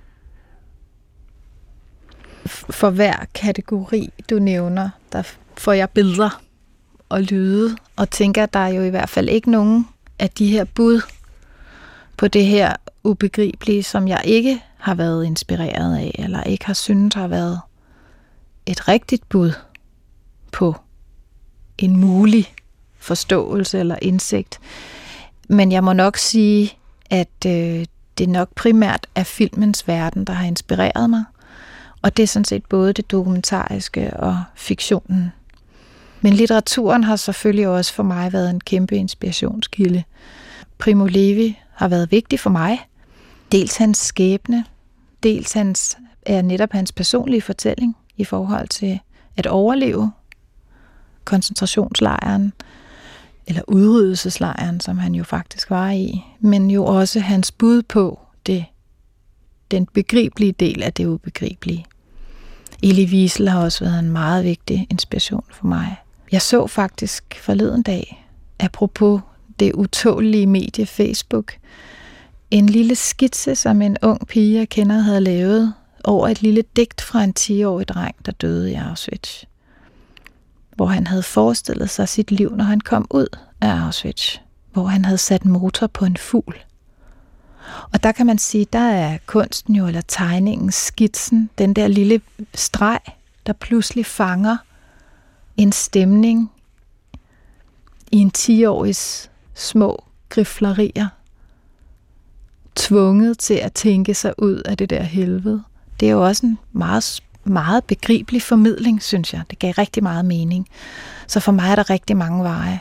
For hver kategori, du nævner, der får jeg billeder og lyde, og tænker, at der er jo i hvert fald ikke nogen af de her bud på det her ubegribelige, som jeg ikke har været inspireret af, eller ikke har syntes har været et rigtigt bud på en mulig forståelse eller indsigt. Men jeg må nok sige, at det nok primært er filmens verden, der har inspireret mig. Og det er sådan set både det dokumentariske og fiktionen. Men litteraturen har selvfølgelig også for mig været en kæmpe inspirationskilde. Primo Levi har været vigtig for mig. Dels hans skæbne, dels netop hans personlige fortælling i forhold til at overleve koncentrationslejren, eller udryddelseslejren, som han jo faktisk var i, men jo også hans bud på den begribelige del af det ubegribelige. Elie Wiesel har også været en meget vigtig inspiration for mig. Jeg så faktisk forleden dag, apropos det utålige medie Facebook, en lille skitse, som en ung pige, jeg kender, havde lavet over et lille digt fra en 10-årig dreng, der døde i Auschwitz. Hvor han havde forestillet sig sit liv, når han kom ud af Auschwitz. Hvor han havde sat motor på en fugl. Og der kan man sige, der er kunsten jo, eller tegningen, skitsen, den der lille streg, der pludselig fanger en stemning i en 10-årigs små griflerier, tvunget til at tænke sig ud af det der helvede. Det er jo også en meget, meget begribelig formidling, synes jeg. Det gav rigtig meget mening. Så for mig er der rigtig mange veje.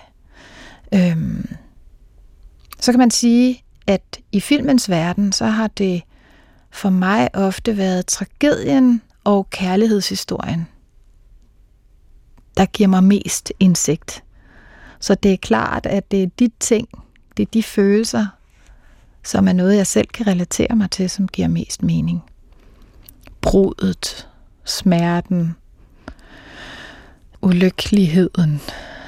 Så kan man sige, at i filmens verden, så har det for mig ofte været tragedien og kærlighedshistorien, der giver mig mest indsigt. Så det er klart, at det er de ting, det er de følelser, som er noget, jeg selv kan relatere mig til, som giver mest mening. Brudet, smerten, ulykkeligheden,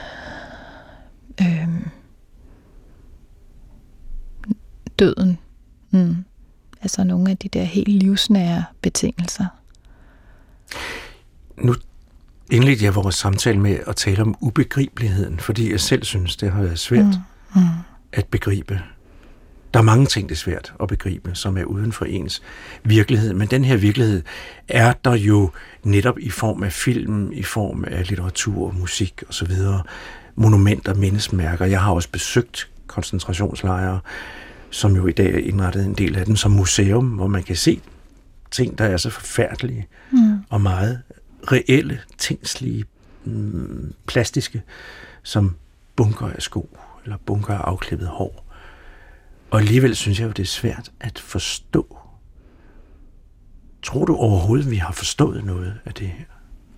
døden. Altså nogle af de der helt livsnære betingelser. Nu indledte jeg vores samtale med at tale om ubegribeligheden, fordi jeg selv synes, det har været svært at begribe. Der er mange ting, det er svært at begribe, som er uden for ens virkelighed, men den her virkelighed er der jo netop i form af film, i form af litteratur, musik osv., monumenter, mindesmærker. Jeg har også besøgt koncentrationslejre, som jo i dag er indrettet en del af dem som museum, hvor man kan se ting, der er så forfærdelige og meget reelle, tingslige, plastiske, som bunker af sko eller bunker af afklippet hår. Og alligevel synes jeg jo, det er svært at forstå. Tror du overhovedet, vi har forstået noget af det her?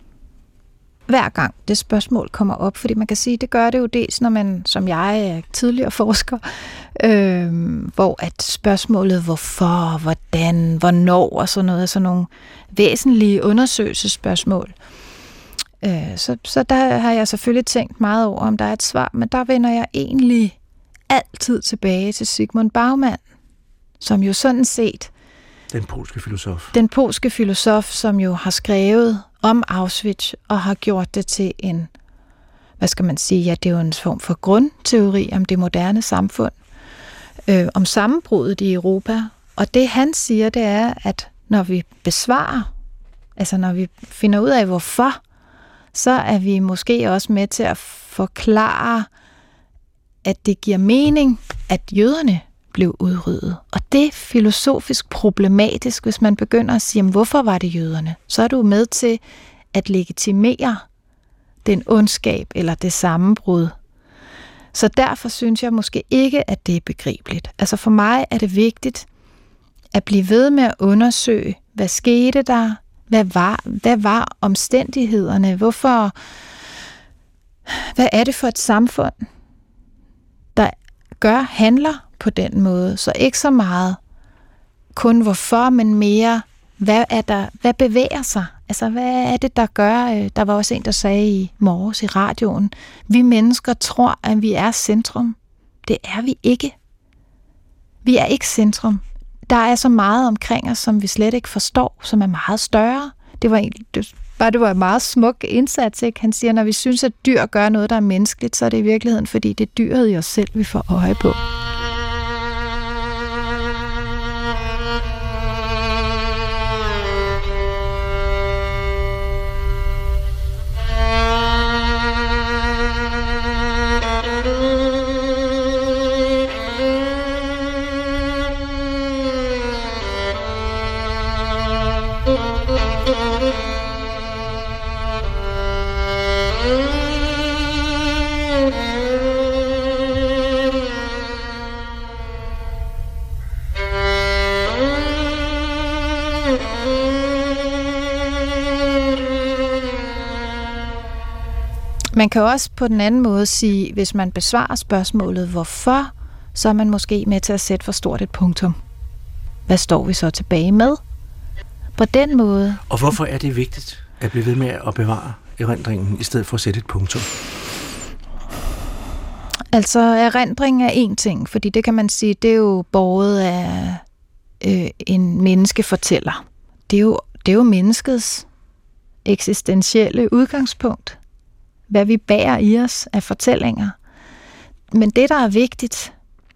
Hver gang det spørgsmål kommer op, fordi man kan sige, det gør det jo dels, når man, som jeg er tidligere forsker, hvor at spørgsmålet hvorfor, hvordan, hvornår og sådan noget, er sådan nogle væsentlige undersøgelsesspørgsmål. Så der har jeg selvfølgelig tænkt meget over, om der er et svar, men der vender jeg egentlig altid tilbage til Zygmunt Bauman, som jo sådan set... Den polske filosof, som jo har skrevet om Auschwitz og har gjort det til en, hvad skal man sige, ja, det er jo en form for grundteori om det moderne samfund, om sammenbruddet i Europa. Og det han siger, det er, at når vi besvarer, altså når vi finder ud af hvorfor, så er vi måske også med til at forklare, at det giver mening, at jøderne blev udryddet. Og det er filosofisk problematisk, hvis man begynder at sige, hvorfor var det jøderne? Så er du med til at legitimere den ondskab eller det sammenbrud. Så derfor synes jeg måske ikke, at det er begribeligt. Altså for mig er det vigtigt at blive ved med at undersøge, hvad skete der? Hvad var omstændighederne? Hvorfor? Hvad er det for et samfund, der handler på den måde? Så ikke så meget kun hvorfor, men mere, hvad bevæger sig? Altså, hvad er det, der gør? Der var også en, der sagde i morges i radioen, vi mennesker tror, at vi er centrum. Det er vi ikke. Vi er ikke centrum. Der er så meget omkring os, som vi slet ikke forstår, som er meget større. Det var en meget smuk indsats, ikke? Han siger, når vi synes, at dyr gør noget, der er menneskeligt, så er det i virkeligheden, fordi det er dyret i os selv, vi får øje på. Man kan også på den anden måde sige, hvis man besvarer spørgsmålet, hvorfor, så er man måske med til at sætte for stort et punktum. Hvad står vi så tilbage med? På den måde. Og hvorfor er det vigtigt at blive ved med at bevare erindringen, i stedet for at sætte et punktum? Altså, erindring er én ting, fordi det kan man sige, det er jo båret af en menneskefortæller. Det er jo menneskets eksistentielle udgangspunkt. Hvad vi bærer i os af fortællinger. Men det, der er vigtigt,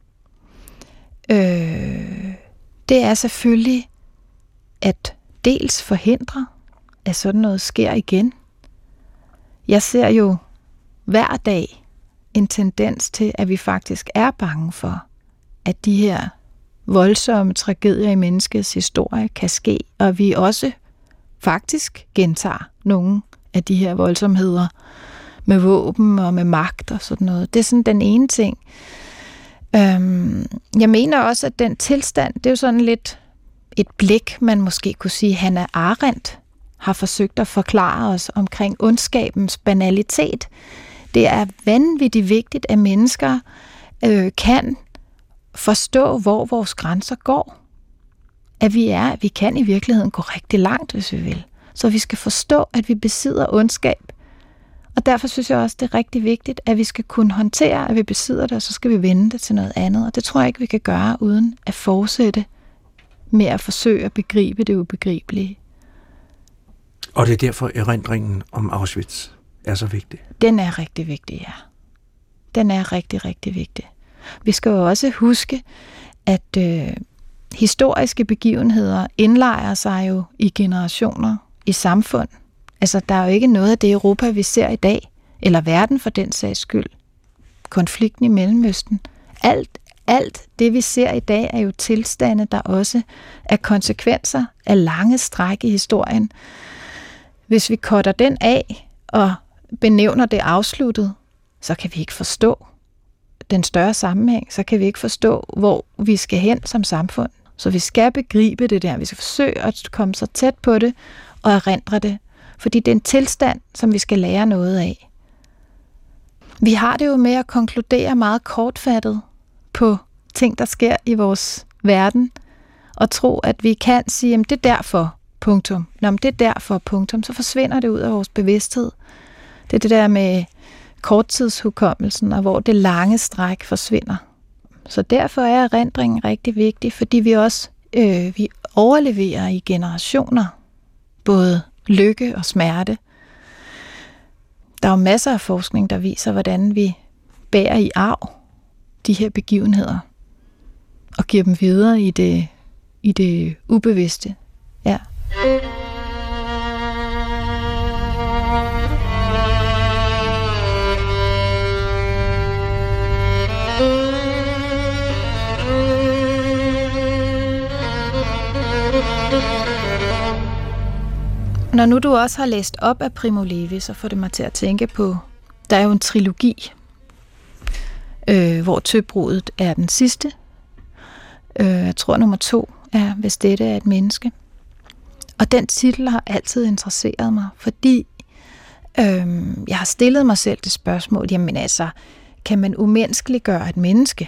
det er selvfølgelig at dels forhindre, at sådan noget sker igen. Jeg ser jo hver dag en tendens til, at vi faktisk er bange for, at de her voldsomme tragedier i menneskets historie kan ske, og vi også faktisk gentager nogle af de her voldsomheder med våben og med magt og sådan noget. Det er sådan den ene ting. Jeg mener også, at den tilstand, det er jo sådan lidt et blik, man måske kunne sige, Hannah Arendt har forsøgt at forklare os omkring ondskabens banalitet. Det er vanvittigt vigtigt, at mennesker kan forstå, hvor vores grænser går. At vi kan i virkeligheden gå rigtig langt, hvis vi vil. Så vi skal forstå, at vi besidder ondskab. Og derfor synes jeg også, det er rigtig vigtigt, at vi skal kunne håndtere, at vi besidder det, og så skal vi vende det til noget andet. Og det tror jeg ikke, vi kan gøre, uden at fortsætte med at forsøge at begribe det ubegribelige. Og det er derfor, erindringen om Auschwitz er så vigtig? Den er rigtig vigtig, ja. Den er rigtig, rigtig vigtig. Vi skal jo også huske, at historiske begivenheder indlejrer sig jo i generationer, i samfund. Altså, der er jo ikke noget af det Europa, vi ser i dag, eller verden for den sags skyld. Konflikten i Mellemøsten. Alt det, vi ser i dag, er jo tilstande, der også er konsekvenser af lange stræk i historien. Hvis vi cutter den af og benævner det afsluttet, så kan vi ikke forstå den større sammenhæng, så kan vi ikke forstå, hvor vi skal hen som samfund. Så vi skal begribe det der, vi skal forsøge at komme så tæt på det og erindre det, fordi det er en tilstand, som vi skal lære noget af. Vi har det jo med at konkludere meget kortfattet på ting, der sker i vores verden, og tro, at vi kan sige, at det er derfor, punktum. Nå, men det er derfor, punktum. Så forsvinder det ud af vores bevidsthed. Det er det der med korttidshukommelsen, og hvor det lange stræk forsvinder. Så derfor er erindringen rigtig vigtig, fordi vi også vi overleverer i generationer både lykke og smerte. Der er jo masser af forskning, der viser, hvordan vi bærer i arv de her begivenheder og giver dem videre i det ubevidste. Ja. Når nu du også har læst op af Primo Levi, så får det mig til at tænke på, der er jo en trilogi, hvor Tøbruddet er den sidste. Jeg tror nummer 2 er Hvis dette er et menneske. Og den titel har altid interesseret mig, fordi jeg har stillet mig selv det spørgsmål, jamen altså, kan man umenneskeliggøre et menneske?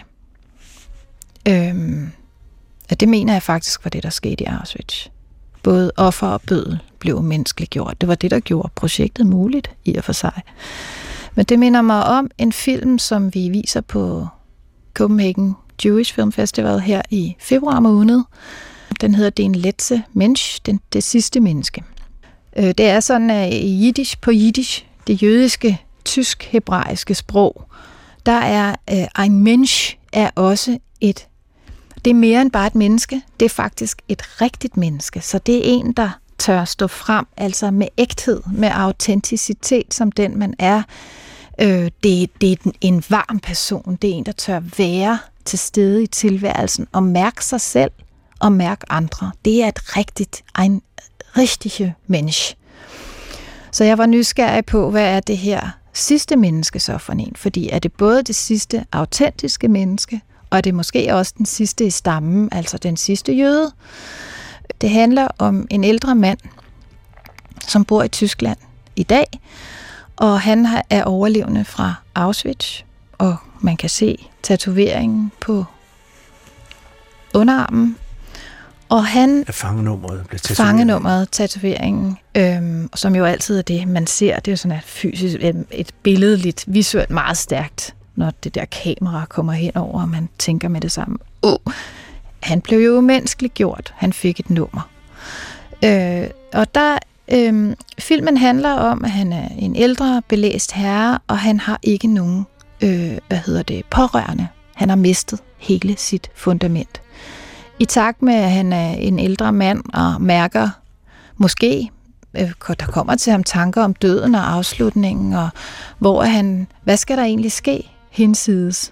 Det mener jeg faktisk var det, der skete i Auschwitz. Både offer og bøddel blev umenneskeliggjort. Det var det, der gjorde projektet muligt i og for sig. Men det minder mig om en film, som vi viser på Copenhagen Jewish Film Festival her i februar måned. Den hedder Den letzte Mensch, det sidste menneske. Det er sådan, at på jiddisch, det jødiske, tysk-hebraiske sprog, der er ein Mensch er også det er mere end bare et menneske, det er faktisk et rigtigt menneske. Så det er en, der tør stå frem, altså med ægthed, med autenticitet, som den man er. Det er en varm person, det er en, der tør være til stede i tilværelsen og mærke sig selv og mærke andre. Det er en rigtige Mensch. Så jeg var nysgerrig på, hvad er det her sidste menneske så for en? Fordi er det både det sidste autentiske menneske, og det er måske også den sidste i stammen, altså den sidste jøde. Det handler om en ældre mand, som bor i Tyskland i dag, Og han er overlevende fra Auschwitz, og man kan se tatoveringen på underarmen. Og han fangenummeret, tatoveringen, som jo altid er det, man ser, det er jo sådan fysisk, et billedligt, visuelt meget stærkt, når det der kamera kommer hen over, og man tænker med det samme. Han blev jo menneskeligt gjort. Han fik et nummer. Og der filmen handler om, at han er en ældre, belæst herre, og han har ikke nogen pårørende. Han har mistet hele sit fundament. I takt med, at han er en ældre mand og mærker måske, der kommer til ham tanker om døden og afslutningen, og hvad skal der egentlig ske hinsides?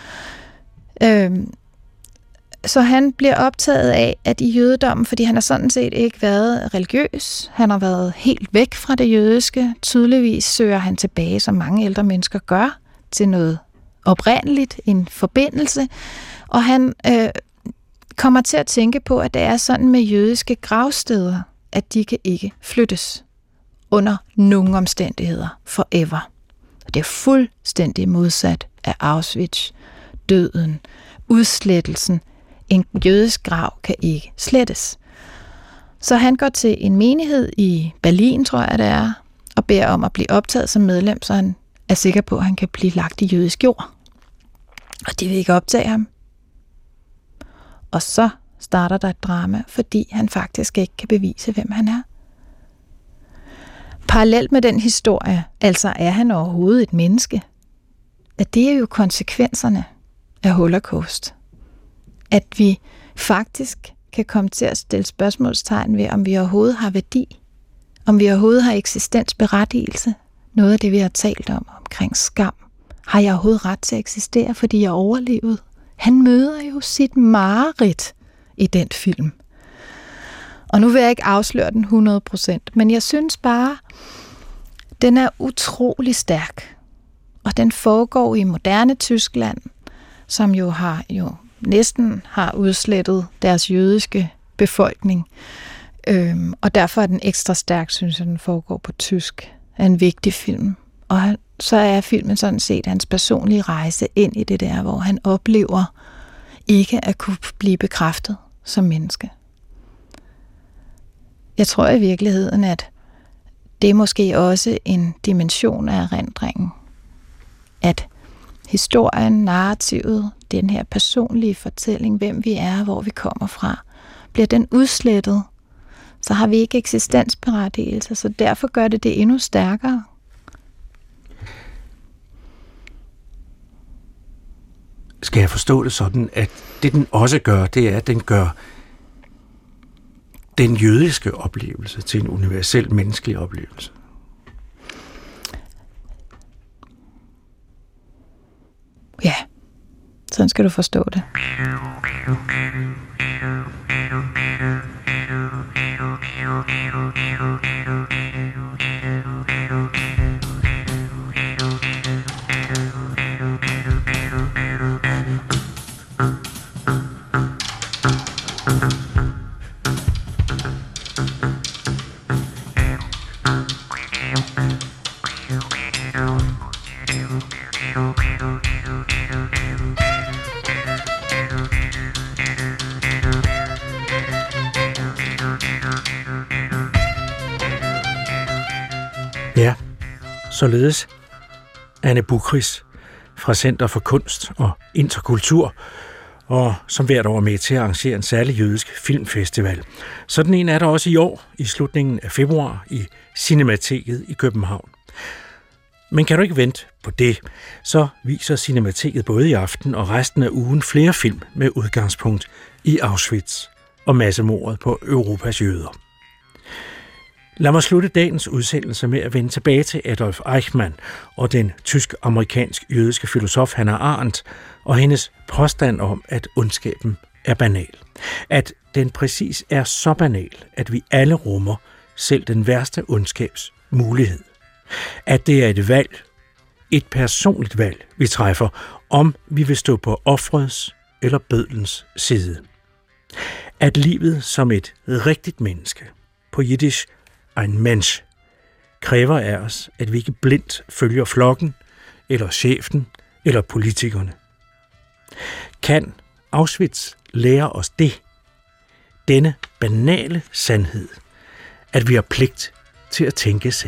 Så han bliver optaget af, at i jødedommen, fordi han har sådan set ikke været religiøs, han har været helt væk fra det jødiske, tydeligvis søger han tilbage, som mange ældre mennesker gør, til noget oprindeligt, en forbindelse, og han kommer til at tænke på, at det er sådan med jødiske gravsteder, at de kan ikke flyttes under nogen omstændigheder forever. Og det er fuldstændig modsat af Auschwitz, døden, udslettelsen. En jødisk grav kan ikke slettes. Så han går til en menighed i Berlin, tror jeg det er, og beder om at blive optaget som medlem, så han er sikker på, at han kan blive lagt i jødisk jord. Og de vil ikke optage ham. Og så starter der et drama, fordi han faktisk ikke kan bevise, hvem han er. Parallelt med den historie, altså er han overhovedet et menneske? At det er jo konsekvenserne af Holocaust. At vi faktisk kan komme til at stille spørgsmålstegn ved, om vi overhovedet har værdi, om vi overhovedet har eksistensberettigelse. Noget af det, vi har talt om omkring skam. Har jeg overhovedet ret til at eksistere, fordi jeg overlevede? Han møder jo sit mareridt i den film. Og nu vil jeg ikke afsløre den 100%, men jeg synes bare, den er utrolig stærk. Og den foregår i moderne Tyskland, som jo næsten har udslettet deres jødiske befolkning. Og derfor er den ekstra stærk, synes jeg, den foregår på tysk. Er en vigtig film. Og så er filmen sådan set hans personlige rejse ind i det der, hvor han oplever ikke at kunne blive bekræftet som menneske. Jeg tror i virkeligheden, at det er måske også en dimension af erindringen. At historien, narrativet, den her personlige fortælling, hvem vi er, hvor vi kommer fra, bliver den udslettet, så har vi ikke eksistensberettigelse, så derfor gør det endnu stærkere. Skal jeg forstå det sådan, at det den også gør, det er, at den gør den jødiske oplevelse til en universel menneskelig oplevelse? Ja, sådan skal du forstå det. Ja, således Anne Buchris fra Center for Kunst og Interkultur, og som hvert år er med til at arrangere en særlig jødisk filmfestival. Sådan en er der også i år, i slutningen af februar, i Cinemateket i København. Men kan du ikke vente på det, så viser Cinemateket både i aften og resten af ugen flere film med udgangspunkt i Auschwitz og massemordet på Europas jøder. Lad mig slutte dagens udsendelse med at vende tilbage til Adolf Eichmann og den tysk-amerikansk-jødiske filosof Hannah Arendt og hendes påstand om, at ondskaben er banal. At den præcis er så banal, at vi alle rummer selv den værste ondskabs mulighed. At det er et valg, et personligt valg, vi træffer, om vi vil stå på ofrets eller bødlens side. At livet som et rigtigt menneske, på jiddisch ein Mensch, kræver af os, at vi ikke blindt følger flokken, eller chefen, eller politikerne. Kan Auschwitz lære os det? Denne banale sandhed, at vi har pligt til at tænke selv.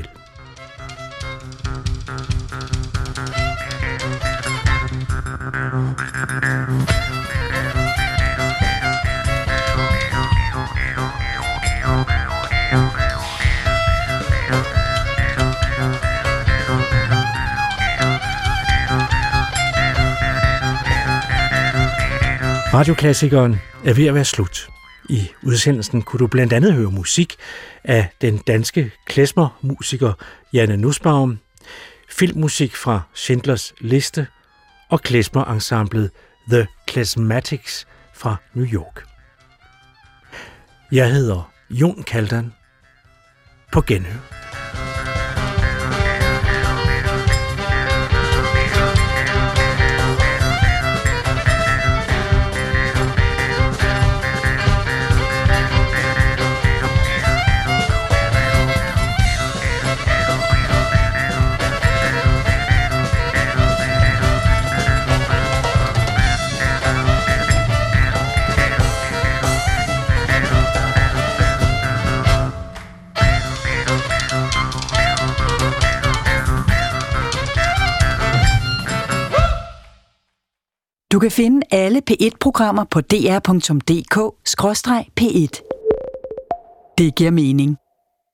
Radioklassikeren er ved at være slut. I udsendelsen kunne du blandt andet høre musik af den danske klezmer-musiker Janne Nussbaum, filmmusik fra Schindlers Liste og klezmer-ensemblet The Klezmatics fra New York. Jeg hedder Jon Kaldan. På genhør. Du kan finde alle P1-programmer på dr.dk/P1. Det giver mening.